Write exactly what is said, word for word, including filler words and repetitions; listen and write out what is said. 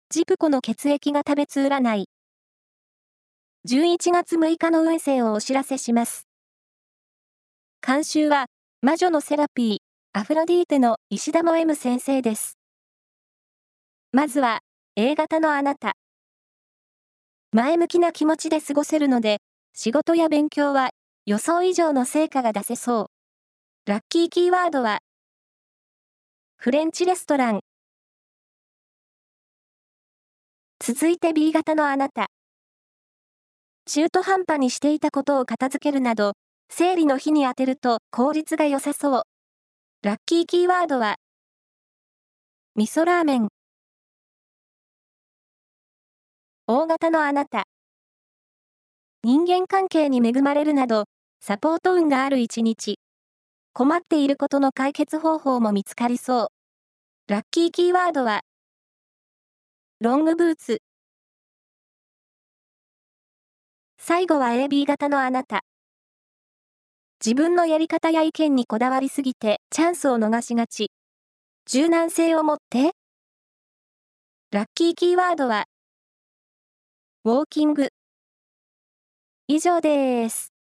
ジプコの血液が食べつ占い。じゅういちがつむいかの運勢をお知らせします。監修は、魔女のセラピー、アフロディーテの石田も M 先生です。まずは、A 型のあなた。前向きな気持ちで過ごせるので、仕事や勉強は予想以上の成果が出せそう。ラッキーキーワードは、フレンチレストラン。続いて B 型のあなた。中途半端にしていたことを片付けるなど、生理の日に当てると効率が良さそう。ラッキーキーワードは、味噌ラーメン。O 型のあなた。人間関係に恵まれるなど、サポート運がある一日。困っていることの解決方法も見つかりそう。ラッキーキーワードは、ロングブーツ。最後は エービー 型のあなた。自分のやり方や意見にこだわりすぎてチャンスを逃しがち。柔軟性を持って。ラッキーキーワードは、ウォーキング。以上です。